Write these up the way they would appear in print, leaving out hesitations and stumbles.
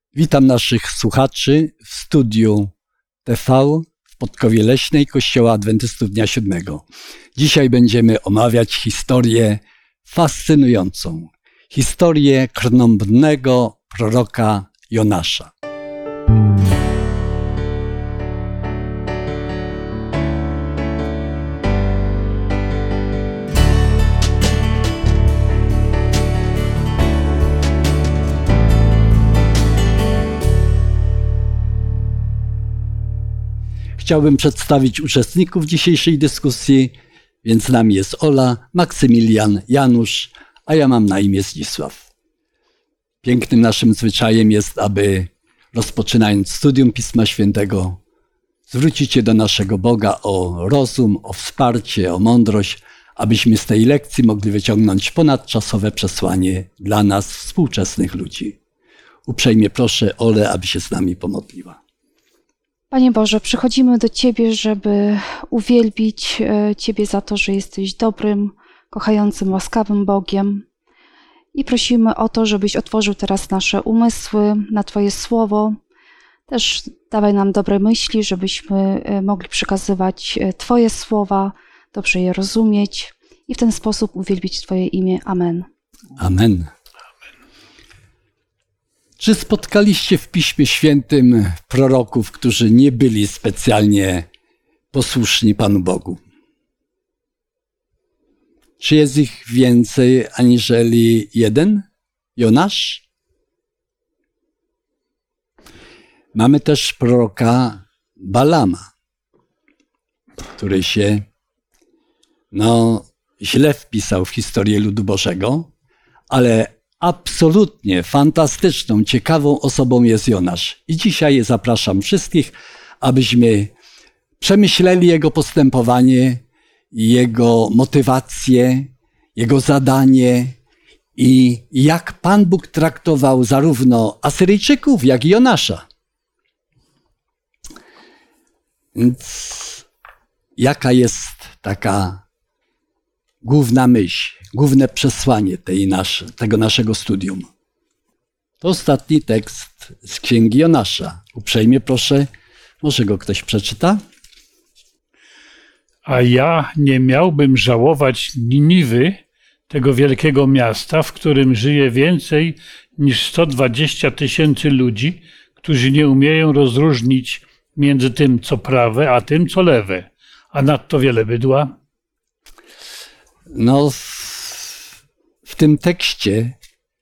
Witam naszych słuchaczy w studiu TV w Podkowie Leśnej Kościoła Adwentystów Dnia Siódmego. Dzisiaj będziemy omawiać historię fascynującą. Historię krnąbrnego proroka Jonasza. Chciałbym przedstawić uczestników dzisiejszej dyskusji, więc z nami jest Ola, Maksymilian, Janusz, a ja mam na imię Zdzisław. Pięknym naszym zwyczajem jest, aby rozpoczynając studium Pisma Świętego, zwrócić się do naszego Boga o rozum, o wsparcie, o mądrość, abyśmy z tej lekcji mogli wyciągnąć ponadczasowe przesłanie dla nas, współczesnych ludzi. Uprzejmie proszę Olę, aby się z nami pomodliła. Panie Boże, przychodzimy do Ciebie, żeby uwielbić Ciebie za to, że jesteś dobrym, kochającym, łaskawym Bogiem. I prosimy o to, żebyś otworzył teraz nasze umysły na Twoje słowo. Też dawaj nam dobre myśli, żebyśmy mogli przekazywać Twoje słowa, dobrze je rozumieć i w ten sposób uwielbić Twoje imię. Amen. Amen. Czy spotkaliście w Piśmie Świętym proroków, którzy nie byli specjalnie posłuszni Panu Bogu? Czy jest ich więcej aniżeli jeden? Jonasz? Mamy też proroka Balama, który się źle wpisał w historię ludu Bożego, ale absolutnie fantastyczną, ciekawą osobą jest Jonasz. I dzisiaj zapraszam wszystkich, abyśmy przemyśleli jego postępowanie, jego motywację, jego zadanie i jak Pan Bóg traktował zarówno Asyryjczyków, jak i Jonasza. Więc jaka jest taka główna myśl, główne przesłanie tego naszego studium? To ostatni tekst z Księgi Jonasza. Uprzejmie proszę, może go ktoś przeczyta? A ja nie miałbym żałować Niniwy, tego wielkiego miasta, w którym żyje więcej niż 120 000 ludzi, którzy nie umieją rozróżnić między tym, co prawe, a tym, co lewe, a nadto wiele bydła. W tym tekście,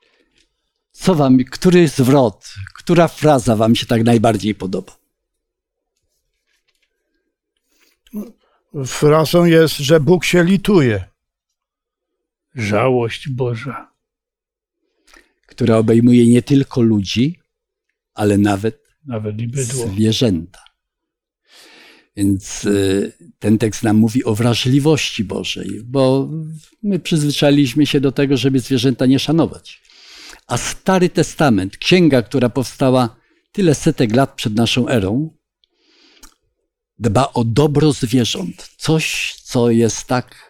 który zwrot, która fraza wam się tak najbardziej podoba? Frazą jest, że Bóg się lituje. Żałość Boża. Która obejmuje nie tylko ludzi, ale nawet i bydło. Zwierzęta. Więc ten tekst nam mówi o wrażliwości Bożej, bo my przyzwyczailiśmy się do tego, żeby zwierzęta nie szanować. A Stary Testament, księga, która powstała tyle setek lat przed naszą erą, dba o dobro zwierząt. Coś, co jest tak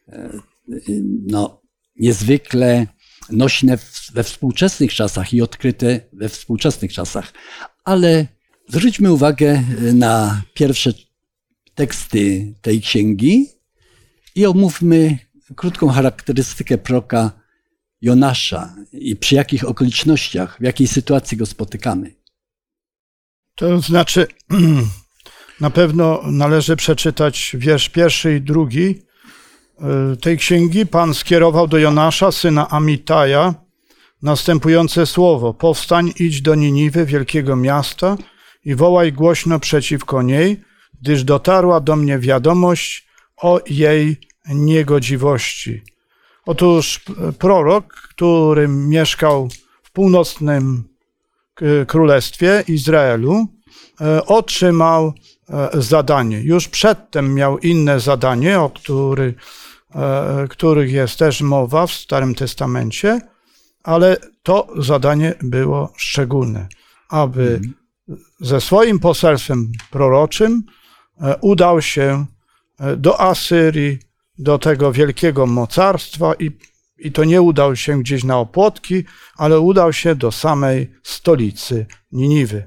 niezwykle nośne we współczesnych czasach i odkryte we współczesnych czasach. Ale zwróćmy uwagę na pierwsze teksty tej księgi i omówmy krótką charakterystykę proroka Jonasza i przy jakich okolicznościach, w jakiej sytuacji go spotykamy. To znaczy, na pewno należy przeczytać wiersz 1 i 2 tej księgi. Pan skierował do Jonasza, syna Amitaja, następujące słowo: powstań, idź do Niniwy, wielkiego miasta, i wołaj głośno przeciwko niej, gdyż dotarła do mnie wiadomość o jej niegodziwości. Otóż prorok, który mieszkał w północnym królestwie Izraelu, otrzymał zadanie. Już przedtem miał inne zadanie, o których jest też mowa w Starym Testamencie, ale to zadanie było szczególne, aby ze swoim poselstwem proroczym udał się do Asyrii, do tego wielkiego mocarstwa I to nie udał się gdzieś na Opłotki, ale udał się do samej stolicy Niniwy.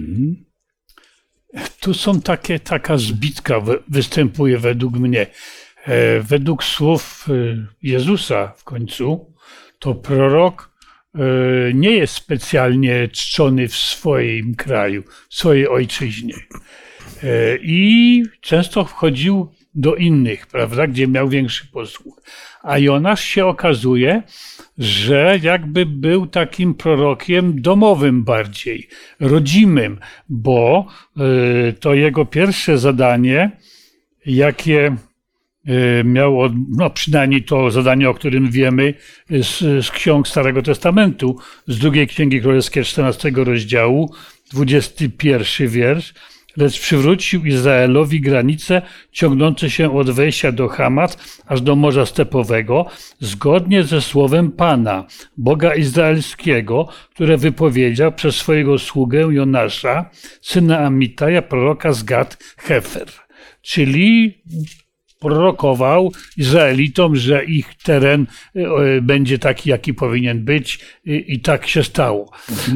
Tu są taka zbitka występuje według mnie. Według słów Jezusa w końcu, to prorok nie jest specjalnie czczony w swoim kraju, w swojej ojczyźnie. I często wchodził do innych, prawda, gdzie miał większy posłuch. A Jonasz się okazuje, że jakby był takim prorokiem domowym bardziej, rodzimym, bo to jego pierwsze zadanie, jakie miał, no przynajmniej to zadanie, o którym wiemy z ksiąg Starego Testamentu, z drugiej Księgi Królewskiej 14 rozdziału, 21 wiersz, lecz przywrócił Izraelowi granice ciągnące się od wejścia do Hamat aż do Morza Stepowego, zgodnie ze słowem Pana, Boga Izraelskiego, które wypowiedział przez swojego sługę Jonasza, syna Amitaja, proroka z Gad Hefer. Czyli prorokował Izraelitom, że ich teren będzie taki, jaki powinien być, i tak się stało.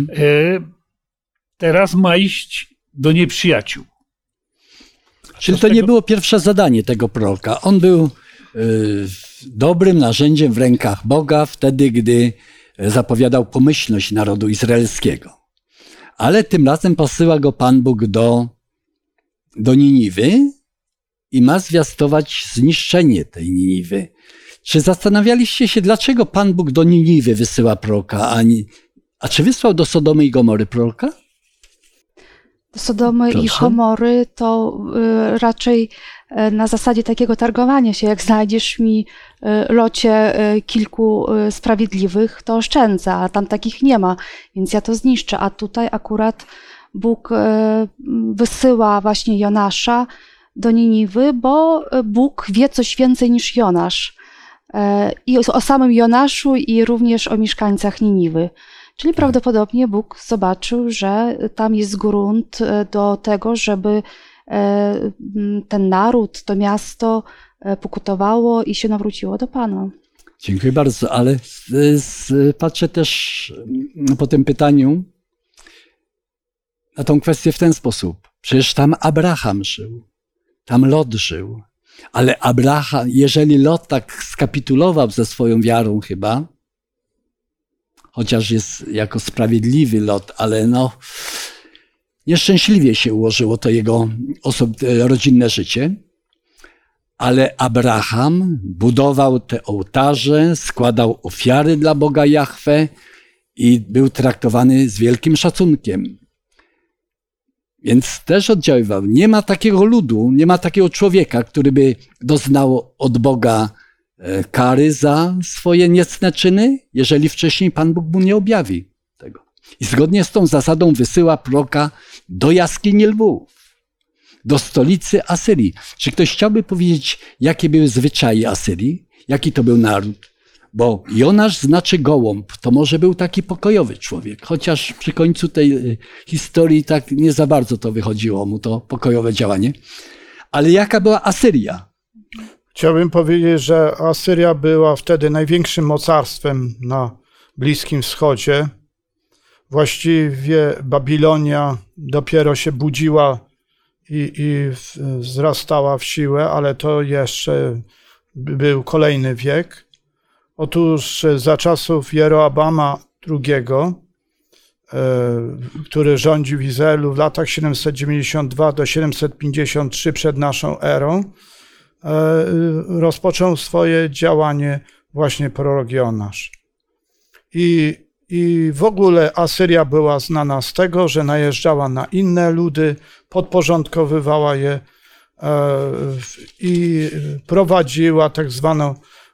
Teraz ma iść do nieprzyjaciół. Czyli to nie było pierwsze zadanie tego proroka. On był dobrym narzędziem w rękach Boga wtedy, gdy zapowiadał pomyślność narodu izraelskiego. Ale tym razem posyła go Pan Bóg do Niniwy i ma zwiastować zniszczenie tej Niniwy. Czy zastanawialiście się, dlaczego Pan Bóg do Niniwy wysyła proroka, a czy wysłał do Sodomy i Gomory proroka? Do Sodomy Proszę. i Gomory to raczej na zasadzie takiego targowania się. Jak znajdziesz mi locie kilku sprawiedliwych, to oszczędzę, a tam takich nie ma, więc ja to zniszczę. A tutaj akurat Bóg wysyła właśnie Jonasza do Niniwy, bo Bóg wie coś więcej niż Jonasz. I o samym Jonaszu, i również o mieszkańcach Niniwy. Czyli prawdopodobnie Bóg zobaczył, że tam jest grunt do tego, żeby ten naród, to miasto pokutowało i się nawróciło do Pana. Dziękuję bardzo, ale patrzę też po tym pytaniu na tą kwestię w ten sposób. Przecież tam Abraham żył, tam Lot żył, ale Abraham, jeżeli Lot tak skapitulował ze swoją wiarą chyba, chociaż jest jako sprawiedliwy Lot, ale no nieszczęśliwie się ułożyło to jego rodzinne życie. Ale Abraham budował te ołtarze, składał ofiary dla Boga Jahwe i był traktowany z wielkim szacunkiem. Więc też oddziaływał. Nie ma takiego ludu, nie ma takiego człowieka, który by doznał od Boga kary za swoje niecne czyny, jeżeli wcześniej Pan Bóg mu nie objawi tego. I zgodnie z tą zasadą wysyła proroka do jaskini lwów, do stolicy Asyrii. Czy ktoś chciałby powiedzieć, jakie były zwyczaje Asyrii? Jaki to był naród? Bo Jonasz znaczy gołąb, to może był taki pokojowy człowiek, chociaż przy końcu tej historii tak nie za bardzo to wychodziło mu, to pokojowe działanie. Ale jaka była Asyria? Chciałbym powiedzieć, że Asyria była wtedy największym mocarstwem na Bliskim Wschodzie. Właściwie Babilonia dopiero się budziła i wzrastała w siłę, ale to jeszcze był kolejny wiek. Otóż za czasów Jeroboama II, który rządził w Izraelu w latach 792 do 753 przed naszą erą, rozpoczął swoje działanie właśnie prorok Jonasz. I w ogóle Asyria była znana z tego, że najeżdżała na inne ludy, podporządkowywała je i prowadziła tak zwaną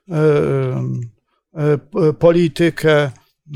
politykę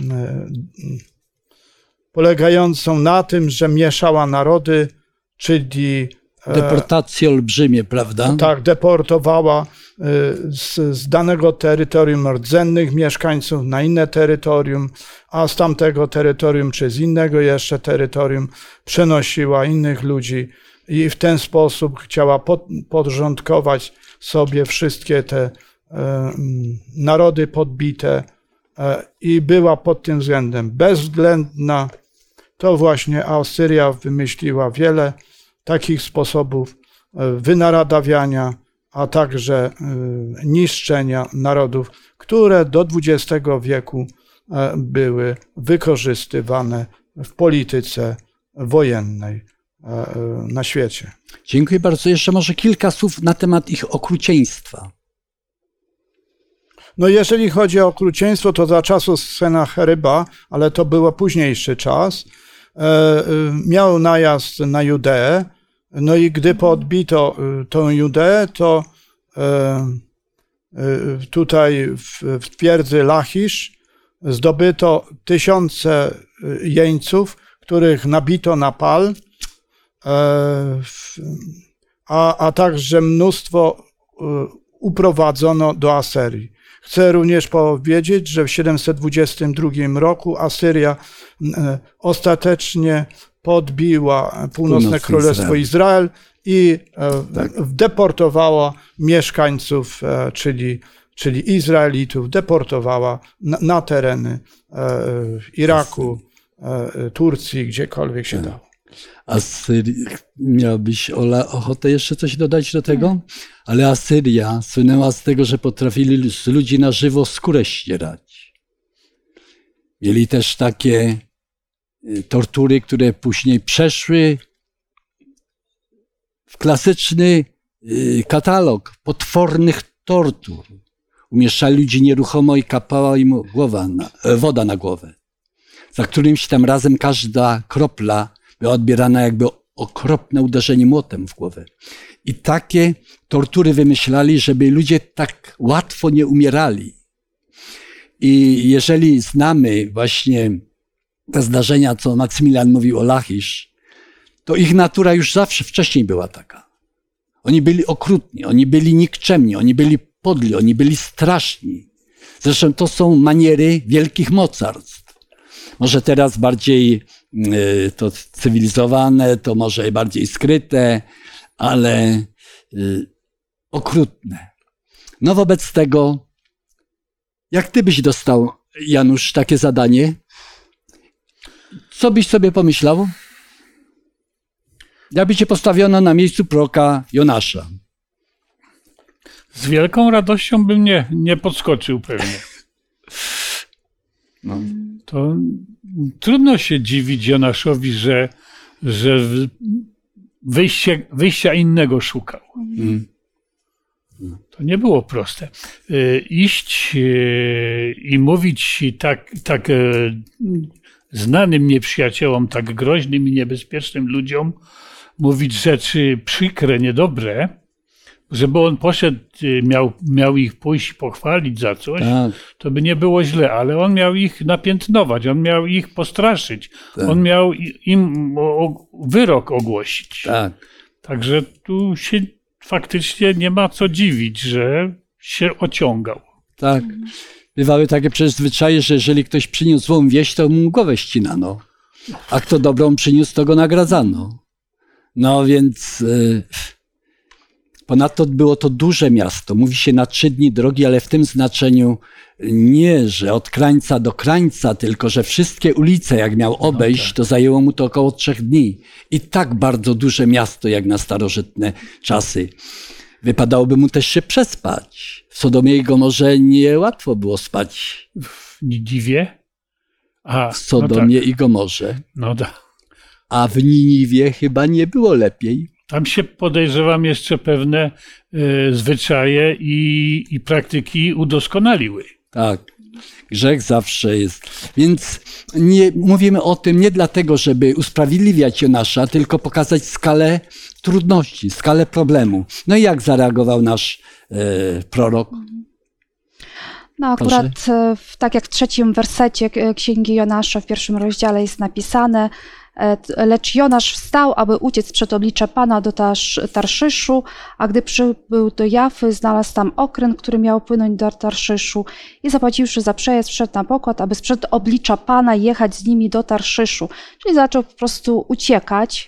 polegającą na tym, że mieszała narody, czyli Deportacje olbrzymie, prawda? tak, deportowała z danego terytorium rdzennych mieszkańców na inne terytorium, a z tamtego terytorium czy z innego jeszcze terytorium przenosiła innych ludzi i w ten sposób chciała podporządkować sobie wszystkie te narody podbite i była pod tym względem bezwzględna, to właśnie Asyria wymyśliła wiele takich sposobów wynaradawiania, a także niszczenia narodów, które do XX wieku były wykorzystywane w polityce wojennej na świecie. Dziękuję bardzo. Jeszcze może kilka słów na temat ich okrucieństwa. No jeżeli chodzi o okrucieństwo, to za czasów Sennacheryba, ale to był późniejszy czas, miał najazd na Judeę, no i gdy podbito tą Judeę, to tutaj w twierdzy Lachisz zdobyto tysiące jeńców, których nabito na pal, a także mnóstwo uprowadzono do Asyrii. Chcę również powiedzieć, że w 722 roku Asyria ostatecznie podbiła północne królestwo Izrael i deportowała mieszkańców, czyli Izraelitów, deportowała na tereny Iraku, Turcji, gdziekolwiek się dało. Miałbyś, Ola, ochotę jeszcze coś dodać do tego? Ale Asyria słynęła z tego, że potrafili z ludzi na żywo skórę ścierać. Mieli też takie tortury, które później przeszły w klasyczny katalog potwornych tortur. Umieszczali ludzi nieruchomo i kapała im woda na głowę, za którymś tam razem każda kropla była odbierana jakby okropne uderzenie młotem w głowę. I takie tortury wymyślali, żeby ludzie tak łatwo nie umierali. I jeżeli znamy właśnie te zdarzenia, co Maksymilian mówił o Lachisz, to ich natura już zawsze wcześniej była taka. Oni byli okrutni, oni byli nikczemni, oni byli podli, oni byli straszni. Zresztą to są maniery wielkich mocarstw. Może teraz bardziej to cywilizowane, to może bardziej skryte, ale okrutne. No wobec tego, jak ty byś dostał, Janusz, takie zadanie? Co byś sobie pomyślał? Jakby cię postawiono na miejscu proroka Jonasza? Z wielką radością bym nie podskoczył pewnie. No. To trudno się dziwić Jonaszowi, że wyjścia innego szukał. To nie było proste. Iść i mówić tak znanym nieprzyjaciołom, tak groźnym i niebezpiecznym ludziom, mówić rzeczy przykre, niedobre, żeby on poszedł, miał ich pójść pochwalić za coś, Tak. to by nie było źle, ale on miał ich napiętnować, on miał ich postraszyć, Tak. on miał im wyrok ogłosić. Tak. Także tu się faktycznie nie ma co dziwić, że się ociągał. Tak. Bywały takie przecież zwyczaje, że jeżeli ktoś przyniósł złą wieść, to mu głowę ścinano. A kto dobrą przyniósł, to go nagradzano. No więc ponadto było to duże miasto. Mówi się na 3 dni drogi, ale w tym znaczeniu nie, że od krańca do krańca, tylko że wszystkie ulice, jak miał obejść, to zajęło mu to około 3 dni. I tak bardzo duże miasto, jak na starożytne czasy. Wypadałoby mu też się przespać. W Sodomie i Gomorze niełatwo było spać. W Nidiwie? W Sodomie i Gomorze. No tak. A w Niniwie chyba nie było lepiej. Tam się podejrzewam jeszcze pewne zwyczaje i praktyki udoskonaliły. Tak. Grzech zawsze jest. Więc nie mówimy o tym nie dlatego, żeby usprawiedliwiać Jonasza, tylko pokazać skalę trudności, skalę problemu. No i jak zareagował nasz prorok? No akurat tak jak w 3 wersecie Księgi Jonasza w 1 rozdziale jest napisane: lecz Jonasz wstał, aby uciec przed oblicze Pana do Tarszyszu, a gdy przybył do Jafy, znalazł tam okręt, który miał płynąć do Tarszyszu i zapłaciwszy za przejazd, wszedł na pokład, aby sprzed oblicza Pana jechać z nimi do Tarszyszu. Czyli zaczął po prostu uciekać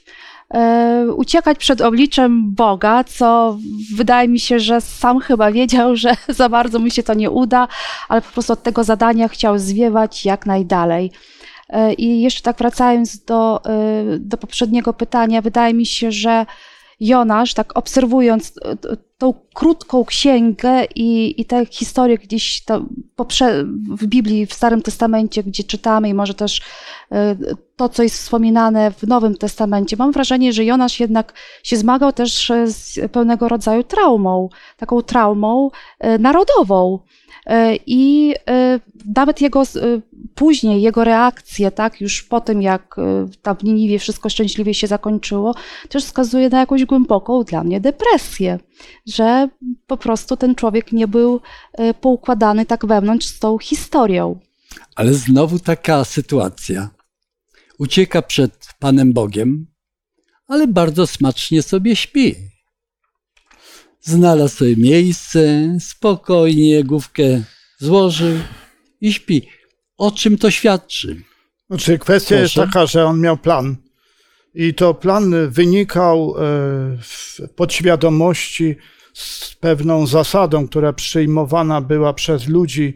uciekać przed obliczem Boga, co wydaje mi się, że sam chyba wiedział, że za bardzo mu się to nie uda, ale po prostu od tego zadania chciał zwiewać jak najdalej. I jeszcze tak wracając do poprzedniego pytania, wydaje mi się, że Jonasz, tak obserwując tą krótką księgę i te historie gdzieś w Biblii, w Starym Testamencie, gdzie czytamy i może też to, co jest wspominane w Nowym Testamencie, mam wrażenie, że Jonasz jednak się zmagał też z pewnego rodzaju traumą, taką traumą narodową. I nawet później jego reakcje, tak, już po tym jak tam w Niniwie wszystko szczęśliwie się zakończyło, też wskazuje na jakąś głęboką dla mnie depresję, że po prostu ten człowiek nie był poukładany tak wewnątrz z tą historią. Ale znowu taka sytuacja. Ucieka przed Panem Bogiem, ale bardzo smacznie sobie śpi. Znalazł sobie miejsce, spokojnie główkę złożył i śpi. O czym to świadczy? Znaczy, kwestia jest taka, że on miał plan. I to plan wynikał w podświadomości z pewną zasadą, która przyjmowana była przez ludzi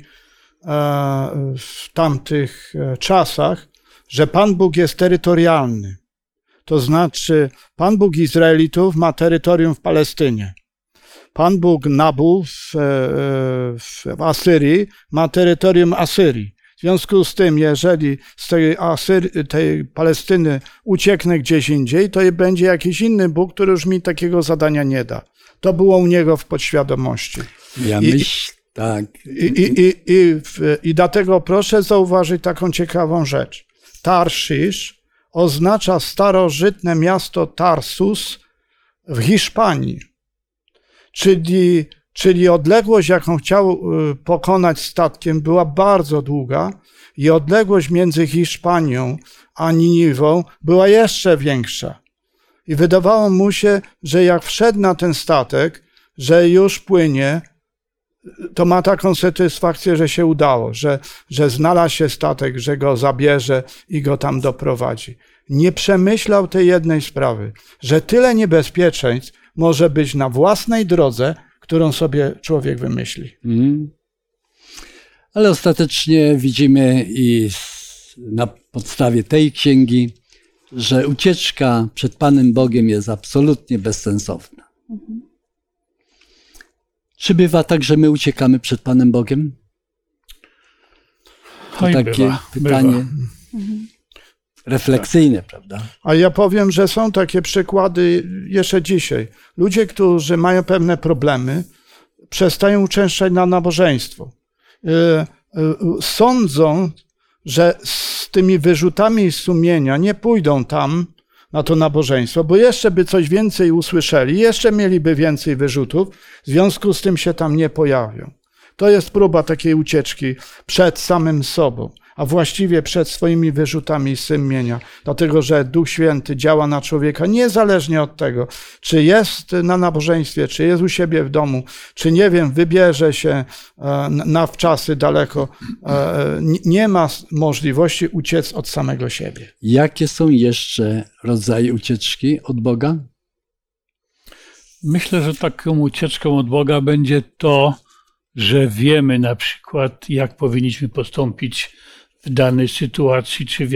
w tamtych czasach, że Pan Bóg jest terytorialny. To znaczy, Pan Bóg Izraelitów ma terytorium w Palestynie. Pan Bóg Nabu w Asyrii ma terytorium Asyrii. W związku z tym, jeżeli z tej Palestyny ucieknę gdzieś indziej, to będzie jakiś inny Bóg, który już mi takiego zadania nie da. To było u niego w podświadomości. Tak. I dlatego proszę zauważyć taką ciekawą rzecz. Tarszysz oznacza starożytne miasto Tarsus w Hiszpanii. Czyli odległość, jaką chciał pokonać statkiem, była bardzo długa i odległość między Hiszpanią a Niniwą była jeszcze większa. I wydawało mu się, że jak wszedł na ten statek, że już płynie, to ma taką satysfakcję, że się udało, że znalazł się statek, że go zabierze i go tam doprowadzi. Nie przemyślał tej jednej sprawy, że tyle niebezpieczeństw może być na własnej drodze, którą sobie człowiek wymyśli. Ale ostatecznie widzimy i na podstawie tej księgi, że ucieczka przed Panem Bogiem jest absolutnie bezsensowna. Czy bywa tak, że my uciekamy przed Panem Bogiem? To takie pytanie refleksyjne, prawda? A ja powiem, że są takie przykłady jeszcze dzisiaj. Ludzie, którzy mają pewne problemy, przestają uczęszczać na nabożeństwo. Sądzą, że z tymi wyrzutami sumienia nie pójdą tam na to nabożeństwo, bo jeszcze by coś więcej usłyszeli, jeszcze mieliby więcej wyrzutów, w związku z tym się tam nie pojawią. To jest próba takiej ucieczki przed samym sobą, a właściwie przed swoimi wyrzutami sumienia, dlatego że Duch Święty działa na człowieka niezależnie od tego, czy jest na nabożeństwie, czy jest u siebie w domu, czy nie wiem, wybierze się na wczasy daleko. Nie ma możliwości uciec od samego siebie. Jakie są jeszcze rodzaje ucieczki od Boga? Myślę, że taką ucieczką od Boga będzie to, że wiemy na przykład, jak powinniśmy postąpić w danej sytuacji, czy w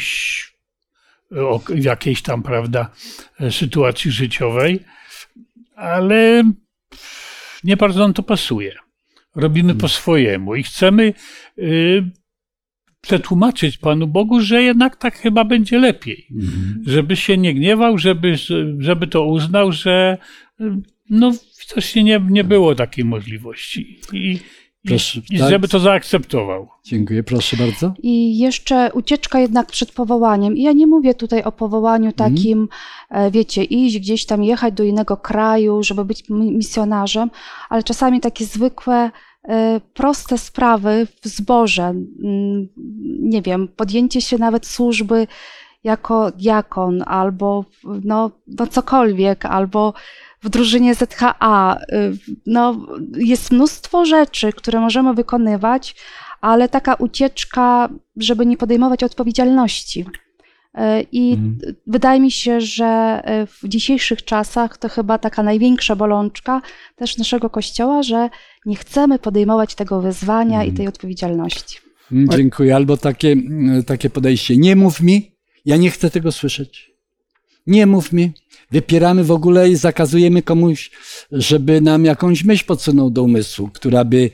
jakiejś tam, prawda, sytuacji życiowej, ale nie bardzo nam to pasuje. Robimy po swojemu i chcemy przetłumaczyć Panu Bogu, że jednak tak chyba będzie lepiej. Żeby się nie gniewał, żeby to uznał, że no widocznie nie było takiej możliwości. Proszę, I tak? żeby to zaakceptował. Dziękuję, proszę bardzo. I jeszcze ucieczka jednak przed powołaniem. I ja nie mówię tutaj o powołaniu takim, wiecie, iść gdzieś tam, jechać do innego kraju, żeby być misjonarzem, ale czasami takie zwykłe, proste sprawy w zborze, nie wiem, podjęcie się nawet służby jako diakon, albo no cokolwiek, albo w drużynie ZHA. No, jest mnóstwo rzeczy, które możemy wykonywać, ale taka ucieczka, żeby nie podejmować odpowiedzialności I wydaje mi się, że w dzisiejszych czasach to chyba taka największa bolączka też naszego Kościoła, że nie chcemy podejmować tego wyzwania i tej odpowiedzialności. Dziękuję. Albo takie podejście. Nie mów mi, ja nie chcę tego słyszeć. Nie mów mi. Wypieramy w ogóle i zakazujemy komuś, żeby nam jakąś myśl podsunął do umysłu, która by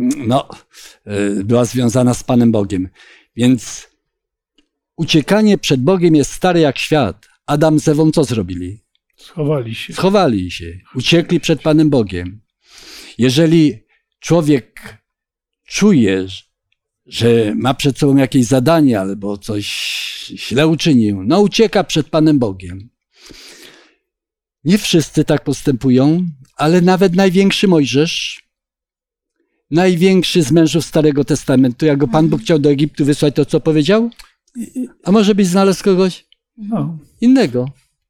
była związana z Panem Bogiem. Więc uciekanie przed Bogiem jest stare jak świat. Adam z Ewą co zrobili? Schowali się. Uciekli przed Panem Bogiem. Jeżeli człowiek czuje, że ma przed sobą jakieś zadanie albo coś źle uczynił, ucieka przed Panem Bogiem. Nie wszyscy tak postępują, ale nawet największy Mojżesz, największy z mężów Starego Testamentu, jak go Pan Bóg chciał do Egiptu wysłać, to co powiedział? A może byś znalazł kogoś innego,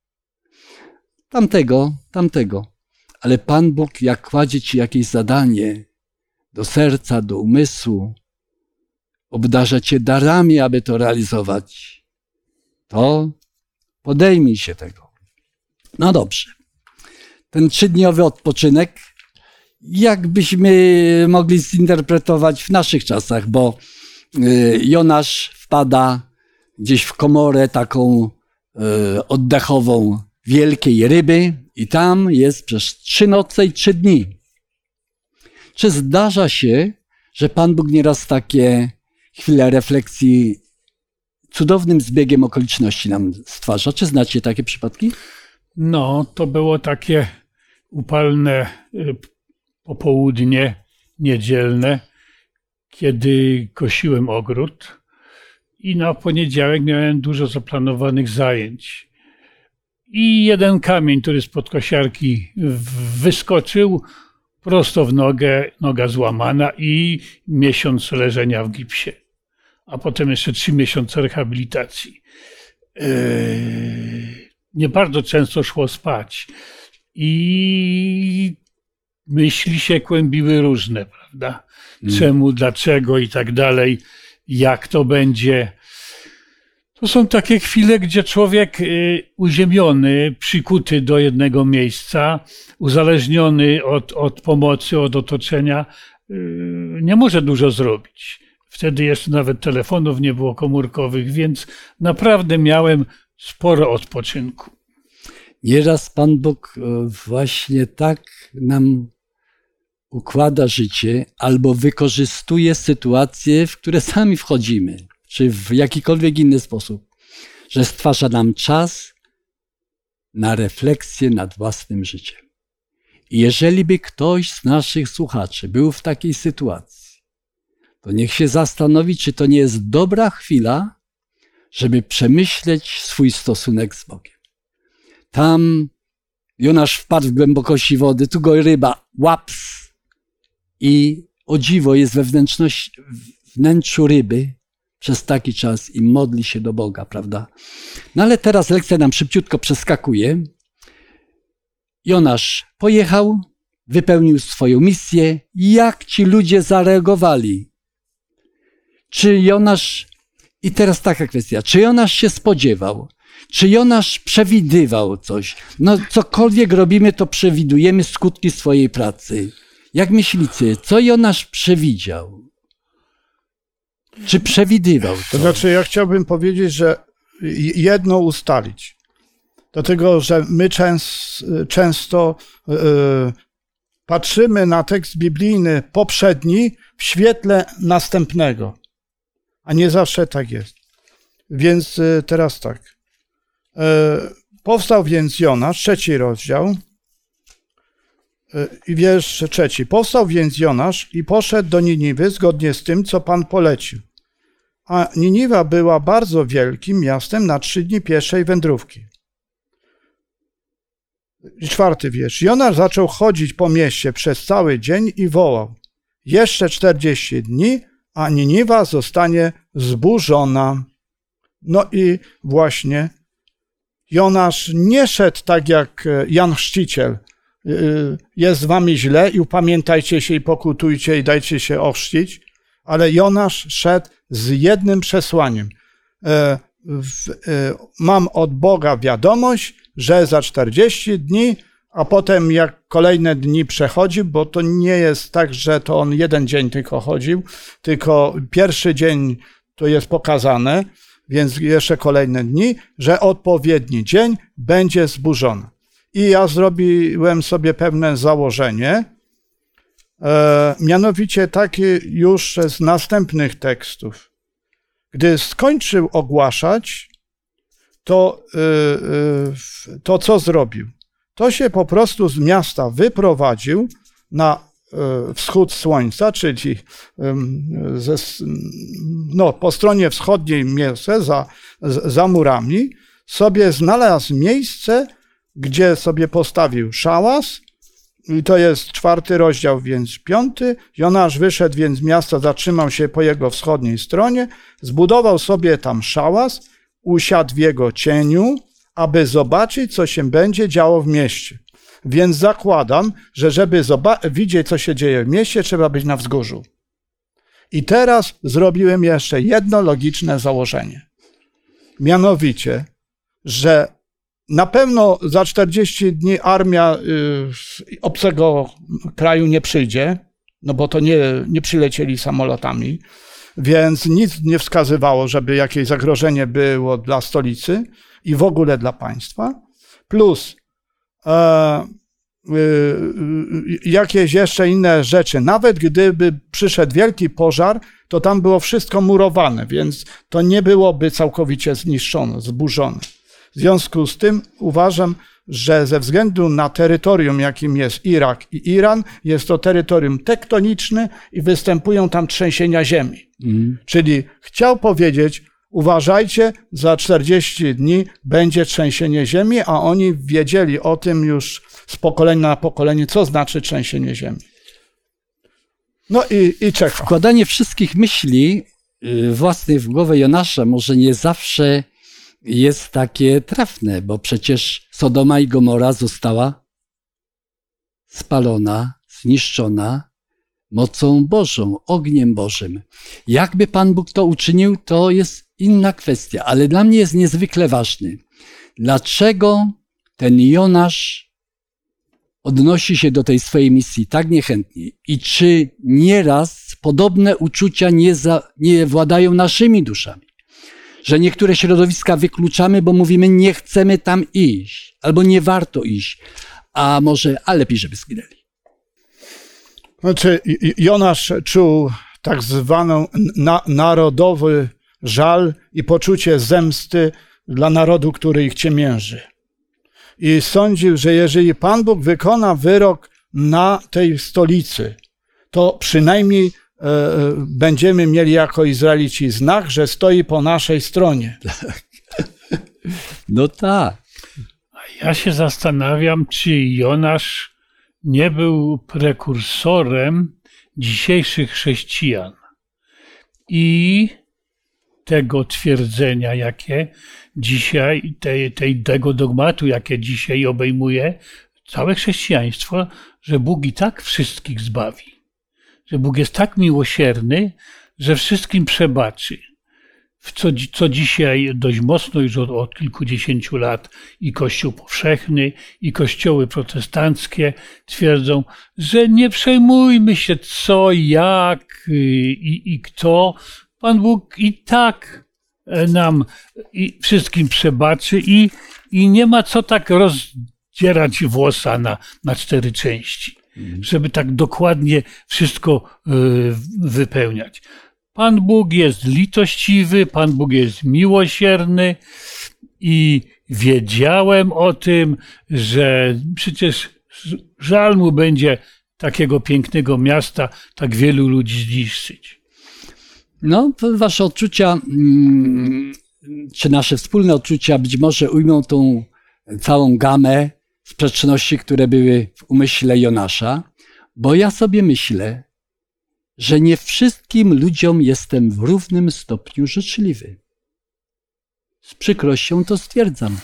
tamtego. Ale Pan Bóg, jak kładzie ci jakieś zadanie do serca, do umysłu, obdarza cię darami, aby to realizować, to podejmij się tego. No dobrze. Ten 3-dniowy odpoczynek, jakbyśmy mogli zinterpretować w naszych czasach, bo Jonasz wpada gdzieś w komorę taką oddechową wielkiej ryby i tam jest przez 3 noce i 3 dni. Czy zdarza się, że Pan Bóg nieraz takie chwile refleksji cudownym zbiegiem okoliczności nam stwarza? Czy znacie takie przypadki? To było takie upalne popołudnie niedzielne, kiedy kosiłem ogród i na poniedziałek miałem dużo zaplanowanych zajęć. I jeden kamień, który spod kosiarki wyskoczył prosto w nogę, noga złamana i miesiąc leżenia w gipsie. A potem jeszcze 3 miesiące rehabilitacji. Nie bardzo często szło spać i myśli się kłębiły różne, prawda? Czemu, dlaczego i tak dalej, jak to będzie. To są takie chwile, gdzie człowiek uziemiony, przykuty do jednego miejsca, uzależniony od pomocy, od otoczenia, nie może dużo zrobić. Wtedy jeszcze nawet telefonów nie było komórkowych, więc naprawdę miałem sporo odpoczynku. Nieraz Pan Bóg właśnie tak nam układa życie albo wykorzystuje sytuacje, w które sami wchodzimy, czy w jakikolwiek inny sposób, że stwarza nam czas na refleksję nad własnym życiem. I jeżeli by ktoś z naszych słuchaczy był w takiej sytuacji, to niech się zastanowi, czy to nie jest dobra chwila, żeby przemyśleć swój stosunek z Bogiem. Tam Jonasz wpadł w głębokości wody, tu go ryba łaps i o dziwo jest we wnętrzu ryby przez taki czas i modli się do Boga, prawda? Ale teraz lekcja nam szybciutko przeskakuje. Jonasz pojechał, wypełnił swoją misję. Jak ci ludzie zareagowali? Czy Jonasz, i teraz taka kwestia, czy Jonasz się spodziewał? Czy Jonasz przewidywał coś? Cokolwiek robimy, to przewidujemy skutki swojej pracy. Jak myślicie, co Jonasz przewidział? Czy przewidywał to? To znaczy, ja chciałbym powiedzieć, że jedno ustalić. Dlatego, że my często patrzymy na tekst biblijny poprzedni w świetle następnego. A nie zawsze tak jest. Więc teraz tak. Powstał więc Jonasz, 3 rozdział i wiersz 3. Powstał więc Jonasz i poszedł do Niniwy zgodnie z tym, co Pan polecił. A Niniwa była bardzo wielkim miastem na 3 dni pieszej wędrówki. 4 wiersz. Jonasz zaczął chodzić po mieście przez cały dzień i wołał: jeszcze 40 dni, a Niniwa zostanie zburzona. No i właśnie Jonasz nie szedł tak jak Jan Chrzciciel. Jest z wami źle i upamiętajcie się i pokutujcie i dajcie się ochrzcić. Ale Jonasz szedł z jednym przesłaniem. mam od Boga wiadomość, że za 40 dni, a potem jak kolejne dni przechodzi, bo to nie jest tak, że to on jeden dzień tylko chodził, tylko pierwszy dzień to jest pokazane, więc jeszcze kolejne dni, że odpowiedni dzień będzie zburzony. I ja zrobiłem sobie pewne założenie, mianowicie takie już z następnych tekstów. Gdy skończył ogłaszać, to co zrobił? To się po prostu z miasta wyprowadził na wschód słońca, czyli po stronie wschodniej miejsce za murami, sobie znalazł miejsce, gdzie sobie postawił szałas, i to jest 4 rozdział, więc 5. Jonasz wyszedł więc z miasta, zatrzymał się po jego wschodniej stronie, zbudował sobie tam szałas, usiadł w jego cieniu, aby zobaczyć, co się będzie działo w mieście. Więc zakładam, że żeby widzieć, co się dzieje w mieście, trzeba być na wzgórzu. I teraz zrobiłem jeszcze jedno logiczne założenie. Mianowicie, że na pewno za 40 dni armia obcego kraju nie przyjdzie, no bo to nie przylecieli samolotami, więc nic nie wskazywało, żeby jakieś zagrożenie było dla stolicy i w ogóle dla państwa. Plus jakieś jeszcze inne rzeczy. Nawet gdyby przyszedł wielki pożar, to tam było wszystko murowane, więc to nie byłoby całkowicie zniszczone, zburzone. W związku z tym uważam, że ze względu na terytorium, jakim jest Irak i Iran, jest to terytorium tektoniczne i występują tam trzęsienia ziemi. Czyli chciał powiedzieć, uważajcie, za 40 dni będzie trzęsienie ziemi, a oni wiedzieli o tym już z pokolenia na pokolenie, co znaczy trzęsienie ziemi. No i czeka. Wkładanie wszystkich myśli własnych w głowę Jonasza może nie zawsze jest takie trafne, bo przecież Sodoma i Gomora została spalona, zniszczona mocą Bożą, ogniem Bożym. Jakby Pan Bóg to uczynił, to jest inna kwestia, ale dla mnie jest niezwykle ważny. Dlaczego ten Jonasz odnosi się do tej swojej misji tak niechętnie i czy nieraz podobne uczucia nie władają naszymi duszami? Że niektóre środowiska wykluczamy, bo mówimy, nie chcemy tam iść, albo nie warto iść, a może, a lepiej, żeby zginęli. Znaczy, Jonasz czuł tak zwany narodowy żal i poczucie zemsty dla narodu, który ich ciemięży. I sądził, że jeżeli Pan Bóg wykona wyrok na tej stolicy, to przynajmniej będziemy mieli jako Izraelici znak, że stoi po naszej stronie. No tak. Ja się zastanawiam, czy Jonasz nie był prekursorem dzisiejszych chrześcijan i tego twierdzenia, jakie dzisiaj, tego dogmatu, jakie dzisiaj obejmuje całe chrześcijaństwo, że Bóg i tak wszystkich zbawi. Że Bóg jest tak miłosierny, że wszystkim przebaczy. Co dzisiaj dość mocno już od kilkudziesięciu lat i Kościół powszechny, i kościoły protestanckie twierdzą, że nie przejmujmy się co, jak i kto. Pan Bóg i tak nam wszystkim przebaczy i nie ma co tak rozdzierać włosa na 4 części, żeby tak dokładnie wszystko wypełniać. Pan Bóg jest litościwy, Pan Bóg jest miłosierny i wiedziałem o tym, że przecież żal mu będzie takiego pięknego miasta tak wielu ludzi zniszczyć. No, wasze odczucia, czy nasze wspólne odczucia być może ujmą tą całą gamę sprzeczności, które były w umyśle Jonasza, bo ja sobie myślę, że nie wszystkim ludziom jestem w równym stopniu życzliwy. Z przykrością to stwierdzam.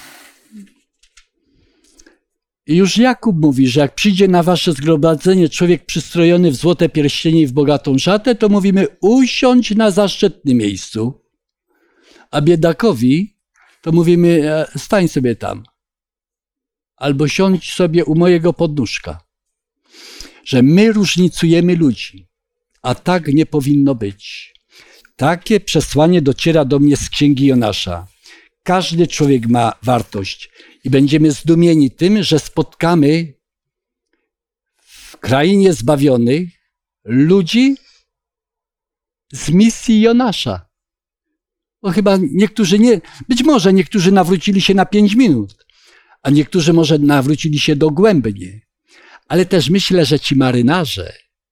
I już Jakub mówi, że jak przyjdzie na wasze zgromadzenie człowiek przystrojony w złote pierścienie i w bogatą szatę, to mówimy usiądź na zaszczytnym miejscu, A biedakowi to mówimy, stań sobie tam. Albo siądź sobie u mojego podnóżka. Że my różnicujemy ludzi, a tak nie powinno być. Takie przesłanie dociera do mnie z Księgi Jonasza. Każdy człowiek ma wartość i będziemy zdumieni tym, że spotkamy w krainie zbawionych ludzi z misji Jonasza. Bo chyba niektórzy nie, być może niektórzy nawrócili się na 5 minut, a niektórzy może nawrócili się dogłębnie. Ale też myślę, że ci marynarze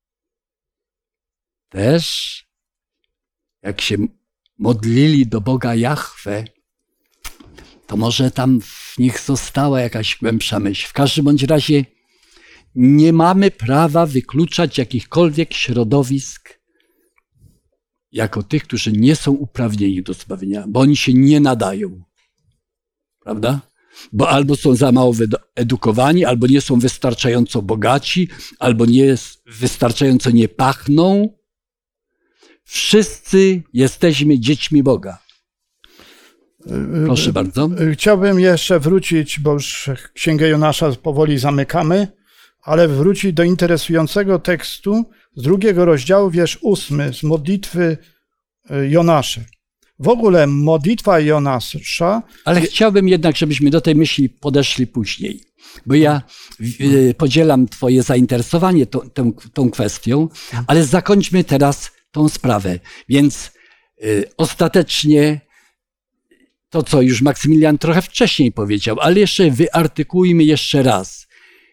też, jak się modlili do Boga Jahwe, to może tam w nich została jakaś głębsza myśl. W każdym bądź razie nie mamy prawa wykluczać jakichkolwiek środowisk jako tych, którzy nie są uprawnieni do zbawienia, bo oni się nie nadają. Prawda? Bo albo są za mało wyedukowani, albo nie są wystarczająco bogaci, albo wystarczająco nie pachną. Wszyscy jesteśmy dziećmi Boga. Proszę bardzo. Chciałbym jeszcze wrócić, bo już Księgę Jonasza powoli zamykamy, ale wrócić do interesującego tekstu z 2 rozdziału, wiersz 8, z modlitwy Jonasza. W ogóle modlitwa Jonasza... Ale chciałbym jednak, żebyśmy do tej myśli podeszli później, bo ja podzielam twoje zainteresowanie tą kwestią, ale zakończmy teraz tą sprawę. Więc ostatecznie to, co już Maksymilian trochę wcześniej powiedział, ale jeszcze wyartykułujmy jeszcze raz.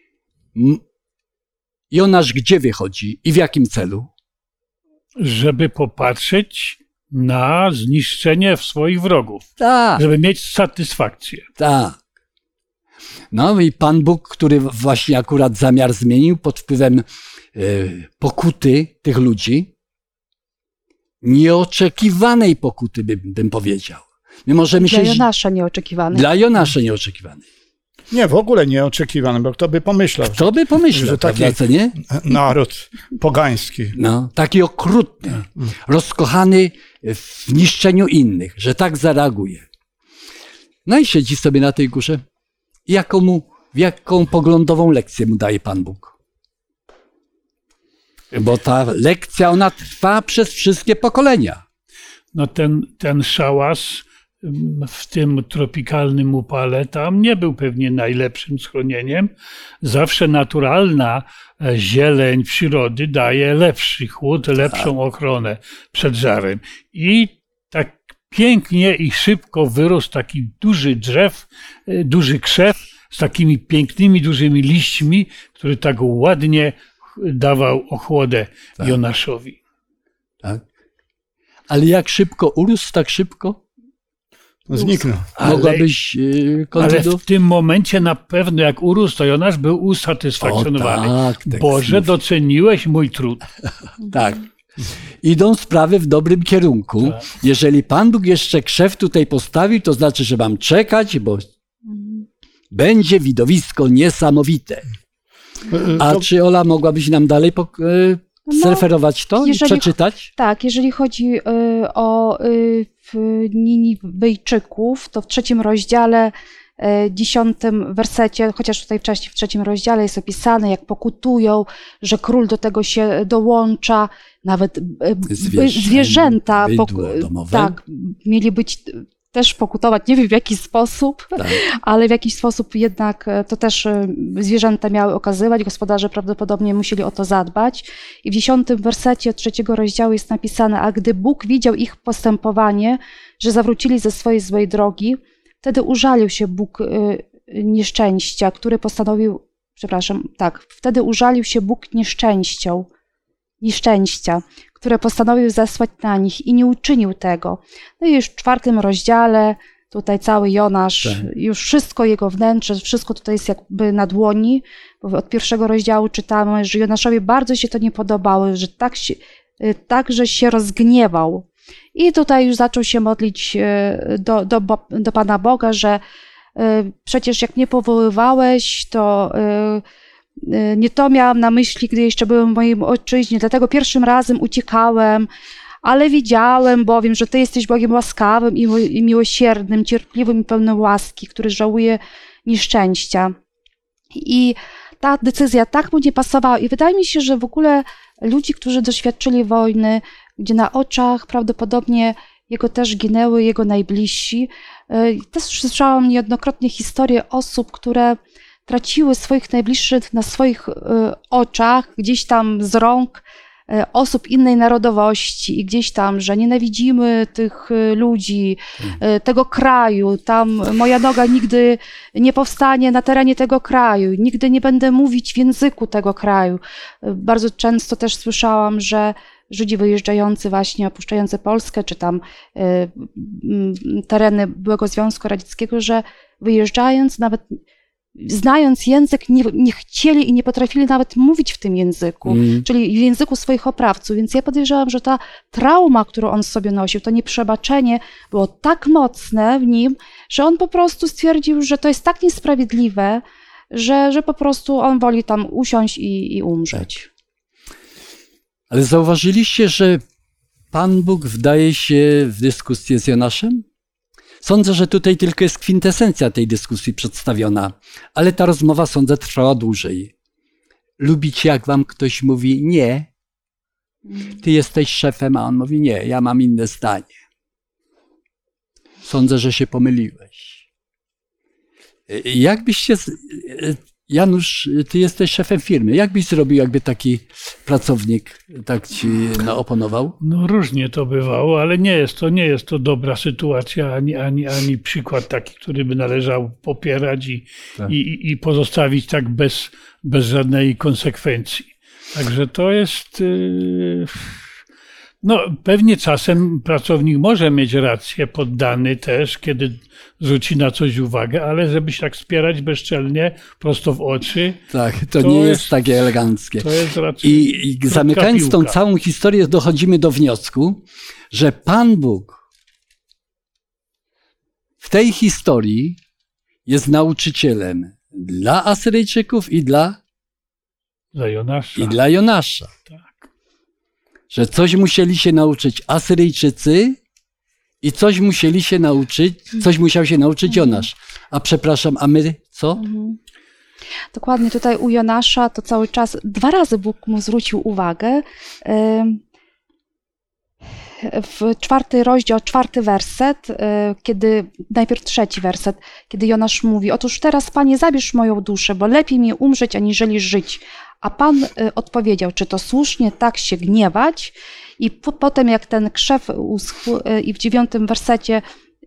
Jonasz gdzie wychodzi i w jakim celu? Żeby popatrzeć na zniszczenie swoich wrogów. Tak. Żeby mieć satysfakcję. Tak. No i Pan Bóg, który właśnie akurat zamiar zmienił pod wpływem pokuty tych ludzi, nieoczekiwanej pokuty bym powiedział. My możemy Dla Jonasza nieoczekiwany. Dla Jonasza nieoczekiwany. Nie, w ogóle nieoczekiwany, bo kto by pomyślał, Kto by pomyślał, że taki prawda, co nie? naród pogański. No, taki okrutny, rozkochany w niszczeniu innych, że tak zareaguje. No i siedzi sobie na tej górze. I jaką poglądową lekcję mu daje Pan Bóg? Bo ta lekcja, ona trwa przez wszystkie pokolenia. No ten szałas w tym tropikalnym upale tam nie był pewnie najlepszym schronieniem. Zawsze naturalna zieleń przyrody daje lepszy chłód, lepszą ochronę przed żarem. I tak pięknie i szybko wyrósł taki duży krzew z takimi pięknymi, dużymi liśćmi, który tak ładnie dawał ochłodę Jonaszowi. Tak. Ale jak szybko urósł, tak szybko? Zniknął. Mogłabyś kontynuować? Ale w tym momencie na pewno jak urósł, to Jonasz był usatysfakcjonowany. Tak Boże, doceniłeś mój trud. Tak. Idą sprawy w dobrym kierunku. Tak. Jeżeli Pan Bóg jeszcze krzew tutaj postawił, to znaczy, że mam czekać, bo będzie widowisko niesamowite. A czy Ola mogłabyś nam dalej zreferować to i przeczytać? Tak, jeżeli chodzi o Niniwyjczyków, to w 3 rozdziale, 10 wersecie, chociaż tutaj wcześniej w 3 rozdziale jest opisane, jak pokutują, że król do tego się dołącza, nawet zwierzęta tak, mieli być też pokutować, nie wiem w jaki sposób, tak. Ale w jakiś sposób jednak to też zwierzęta miały okazywać, gospodarze prawdopodobnie musieli o to zadbać. I w 10 wersecie 3 rozdziału jest napisane, a gdy Bóg widział ich postępowanie, że zawrócili ze swojej złej drogi, wtedy użalił się Bóg nieszczęścia, który postanowił, wtedy użalił się Bóg nieszczęścia, które postanowił zesłać na nich i nie uczynił tego. No i już w 4 rozdziale tutaj cały Jonasz, już wszystko jego wnętrze, wszystko tutaj jest jakby na dłoni, bo od 1 rozdziału czytamy, że Jonaszowi bardzo się to nie podobało, że że się rozgniewał. I tutaj już zaczął się modlić do Pana Boga, że przecież jak mnie powoływałeś, to nie to miałam na myśli, gdy jeszcze byłem w moim ojczyźnie, dlatego pierwszym razem uciekałem, ale wiedziałem bowiem, że Ty jesteś Bogiem łaskawym i miłosiernym, cierpliwym i pełnym łaski, który żałuje nieszczęścia. I ta decyzja tak mu nie pasowała. I wydaje mi się, że w ogóle ludzi, którzy doświadczyli wojny, gdzie na oczach prawdopodobnie jego też ginęły jego najbliżsi. Też słyszałam niejednokrotnie historie osób, które traciły swoich najbliższych na swoich oczach, gdzieś tam z rąk osób innej narodowości i gdzieś tam, że nienawidzimy tych ludzi, tego kraju, tam moja noga nigdy nie powstanie na terenie tego kraju, nigdy nie będę mówić w języku tego kraju. Bardzo często też słyszałam, że Żydzi wyjeżdżający właśnie, opuszczający Polskę, czy tam tereny byłego Związku Radzieckiego, że wyjeżdżając, nawet znając język, nie chcieli i nie potrafili nawet mówić w tym języku, czyli w języku swoich oprawców. Więc ja podejrzewam, że ta trauma, którą on sobie nosił, to nieprzebaczenie było tak mocne w nim, że on po prostu stwierdził, że to jest tak niesprawiedliwe, że po prostu on woli tam usiąść i umrzeć. Ale zauważyliście, że Pan Bóg wdaje się w dyskusję z Jonaszem? Sądzę, że tutaj tylko jest kwintesencja tej dyskusji przedstawiona, ale ta rozmowa, sądzę, trwała dłużej. Lubicie, jak wam ktoś mówi nie? Ty jesteś szefem, a on mówi nie, ja mam inne zdanie. Sądzę, że się pomyliłeś. Jakbyście... Janusz, ty jesteś szefem firmy. Jak byś zrobił, jakby taki pracownik tak ci oponował? No różnie to bywało, ale nie jest to dobra sytuacja, ani przykład taki, który by należało popierać i pozostawić tak bez żadnej konsekwencji. Także to jest... No, pewnie czasem pracownik może mieć rację, poddany też, kiedy zwróci na coś uwagę, ale żeby się tak wspierać bezczelnie, prosto w oczy. Tak, to nie jest takie eleganckie. To jest raczej I zamykając tą całą historię, dochodzimy do wniosku, że Pan Bóg w tej historii jest nauczycielem dla Asyryjczyków i dla Jonasza. Tak. Że coś musieli się nauczyć Asyryjczycy i coś musiał się nauczyć Jonasz. A przepraszam, a my co? Dokładnie, tutaj u Jonasza to cały czas 2 razy Bóg mu zwrócił uwagę. W 4 rozdział, 4 werset, najpierw 3 werset, kiedy Jonasz mówi: otóż teraz, Panie, zabierz moją duszę, bo lepiej mi umrzeć, aniżeli żyć. A Pan odpowiedział: czy to słusznie tak się gniewać? I potem jak ten krzew uschł i w 9 wersecie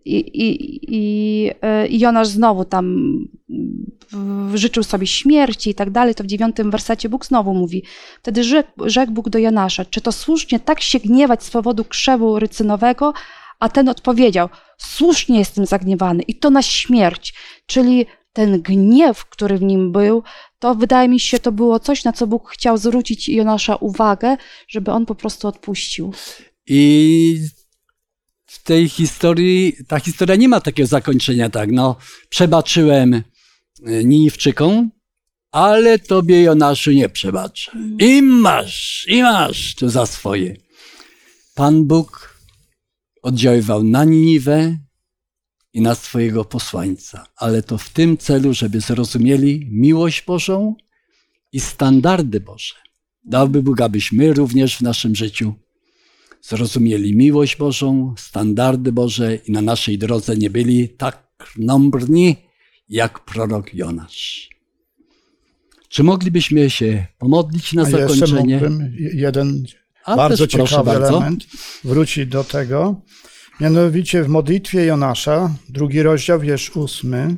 i Jonasz znowu tam życzył sobie śmierci i tak dalej, to w 9 wersecie Bóg znowu mówi: wtedy rzekł Bóg do Jonasza: czy to słusznie tak się gniewać z powodu krzewu rycynowego? A ten odpowiedział: słusznie jestem zagniewany i to na śmierć. Czyli ten gniew, który w nim był, to wydaje mi się, to było coś, na co Bóg chciał zwrócić Jonasza uwagę, żeby on po prostu odpuścił. I w tej historii, ta historia nie ma takiego zakończenia, tak, no, przebaczyłem Niniwczykom, ale tobie, Jonaszu, nie przebaczę. I masz to za swoje. Pan Bóg oddziaływał na Niniwę i na swojego posłańca, ale to w tym celu, żeby zrozumieli miłość Bożą i standardy Boże. Dałby Bóg, abyśmy również w naszym życiu zrozumieli miłość Bożą, standardy Boże i na naszej drodze nie byli tak krnąbrni jak prorok Jonasz. Czy moglibyśmy się pomodlić na zakończenie? Jeszcze mógłbym jeden bardzo ciekawy element wrócić do tego. Mianowicie w modlitwie Jonasza, 2 rozdział, wiersz 8,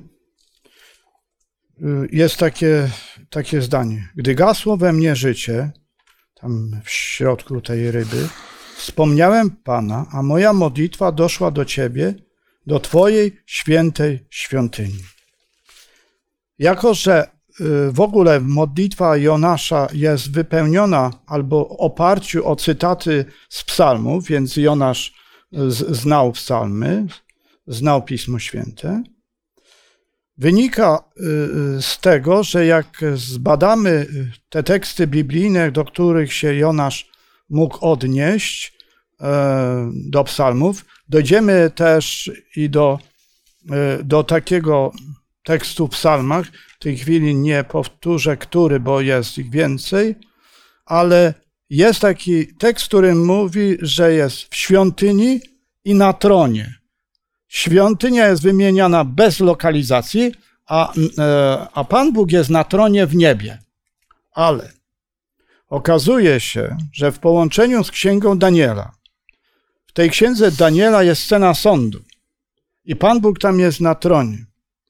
jest takie zdanie. Gdy gasło we mnie życie, tam w środku tej ryby, wspomniałem Pana, a moja modlitwa doszła do Ciebie, do Twojej świętej świątyni. Jako że w ogóle modlitwa Jonasza jest wypełniona albo w oparciu o cytaty z psalmów, więc Jonasz znał psalmy, znał Pismo Święte. Wynika z tego, że jak zbadamy te teksty biblijne, do których się Jonasz mógł odnieść, do psalmów. Dojdziemy też i do takiego tekstu w psalmach. W tej chwili nie powtórzę, który, bo jest ich więcej, ale jest taki tekst, który mówi, że jest w świątyni i na tronie. Świątynia jest wymieniana bez lokalizacji, a Pan Bóg jest na tronie w niebie. Ale okazuje się, że w połączeniu z księgą Daniela, w tej księdze Daniela jest scena sądu i Pan Bóg tam jest na tronie.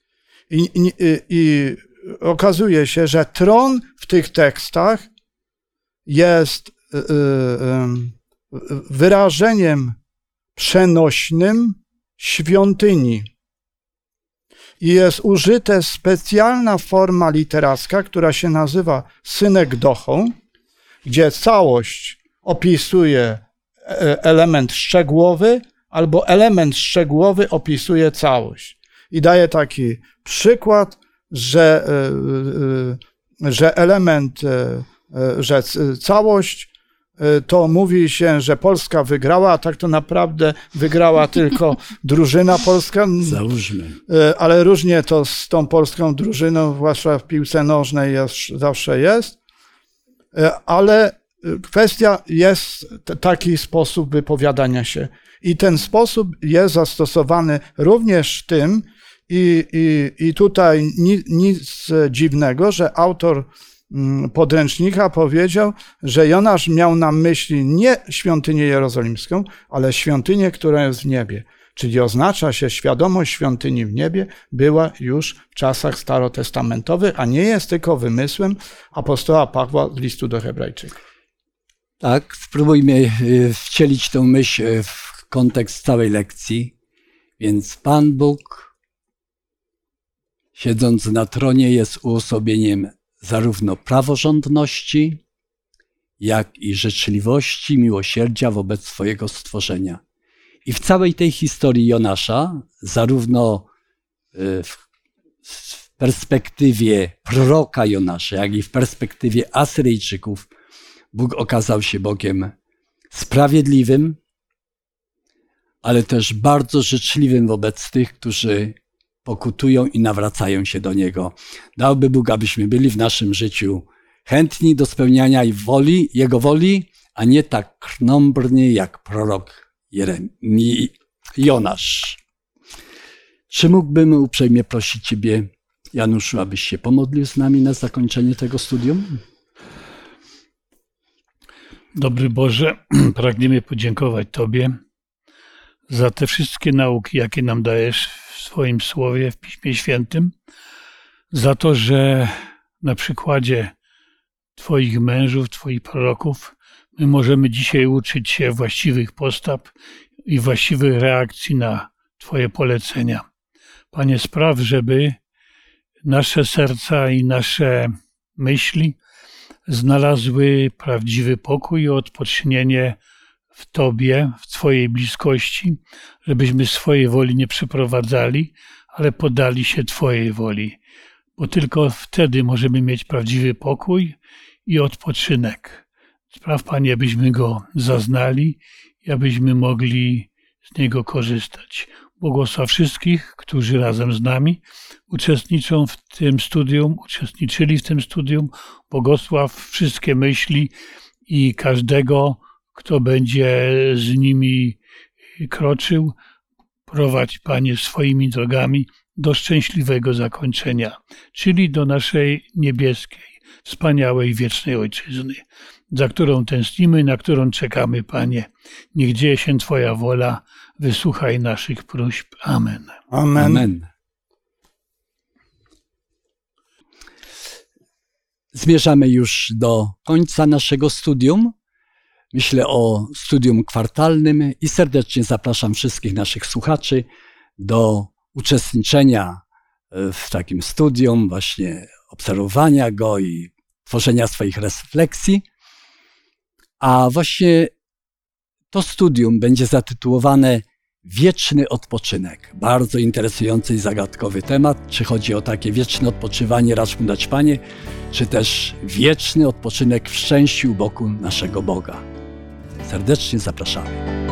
I okazuje się, że tron w tych tekstach jest wyrażeniem przenośnym świątyni. I jest użyta specjalna forma literacka, która się nazywa synekdochą, gdzie całość opisuje element szczegółowy, albo element szczegółowy opisuje całość. I daje taki przykład, że element, że całość to mówi się, że Polska wygrała, a tak to naprawdę wygrała tylko drużyna polska. Załóżmy. Ale różnie to z tą polską drużyną, zwłaszcza w piłce nożnej zawsze jest. Ale kwestia jest taki sposób wypowiadania się. I ten sposób jest zastosowany również w tym, i tutaj nic dziwnego, że autor podręcznika powiedział, że Jonasz miał na myśli nie świątynię jerozolimską, ale świątynię, która jest w niebie. Czyli oznacza się, świadomość świątyni w niebie była już w czasach starotestamentowych, a nie jest tylko wymysłem apostoła Pawła z listu do Hebrajczyków. Tak, spróbujmy wcielić tę myśl w kontekst całej lekcji. Więc Pan Bóg, siedząc na tronie, jest uosobieniem zarówno praworządności, jak i życzliwości, miłosierdzia wobec swojego stworzenia. I w całej tej historii Jonasza, zarówno w perspektywie proroka Jonasza, jak i w perspektywie Asyryjczyków, Bóg okazał się Bogiem sprawiedliwym, ale też bardzo życzliwym wobec tych, którzy pokutują i nawracają się do Niego. Dałby Bóg, abyśmy byli w naszym życiu chętni do spełniania Jego woli, a nie tak krnąbrnie jak prorok Jonasz. Czy mógłbym uprzejmie prosić Ciebie, Januszu, abyś się pomodlił z nami na zakończenie tego studium? Dobry Boże, pragniemy podziękować Tobie za te wszystkie nauki, jakie nam dajesz w swoim słowie, w Piśmie Świętym, za to, że na przykładzie Twoich mężów, Twoich proroków my możemy dzisiaj uczyć się właściwych postaw i właściwych reakcji na Twoje polecenia. Panie, spraw, żeby nasze serca i nasze myśli znalazły prawdziwy pokój i odpocznienie w Tobie, w Twojej bliskości, żebyśmy swojej woli nie przeprowadzali, ale podali się Twojej woli, bo tylko wtedy możemy mieć prawdziwy pokój i odpoczynek. Spraw, Panie, abyśmy go zaznali i abyśmy mogli z niego korzystać. Błogosław wszystkich, którzy razem z nami uczestniczą w tym studium, uczestniczyli w tym studium. Błogosław wszystkie myśli i każdego, kto będzie z nimi kroczył. Prowadź, Panie, swoimi drogami do szczęśliwego zakończenia, czyli do naszej niebieskiej, wspaniałej, wiecznej Ojczyzny, za którą tęsknimy, na którą czekamy, Panie. Niech dzieje się Twoja wola, wysłuchaj naszych próśb. Amen. Amen. Amen. Zmierzamy już do końca naszego studium. Myślę o studium kwartalnym i serdecznie zapraszam wszystkich naszych słuchaczy do uczestniczenia w takim studium, właśnie obserwowania go i tworzenia swoich refleksji. A właśnie to studium będzie zatytułowane Wieczny odpoczynek. Bardzo interesujący i zagadkowy temat. Czy chodzi o takie wieczne odpoczywanie, racz mu dać, Panie, czy też wieczny odpoczynek w szczęściu u boku naszego Boga. Serdecznie zapraszamy.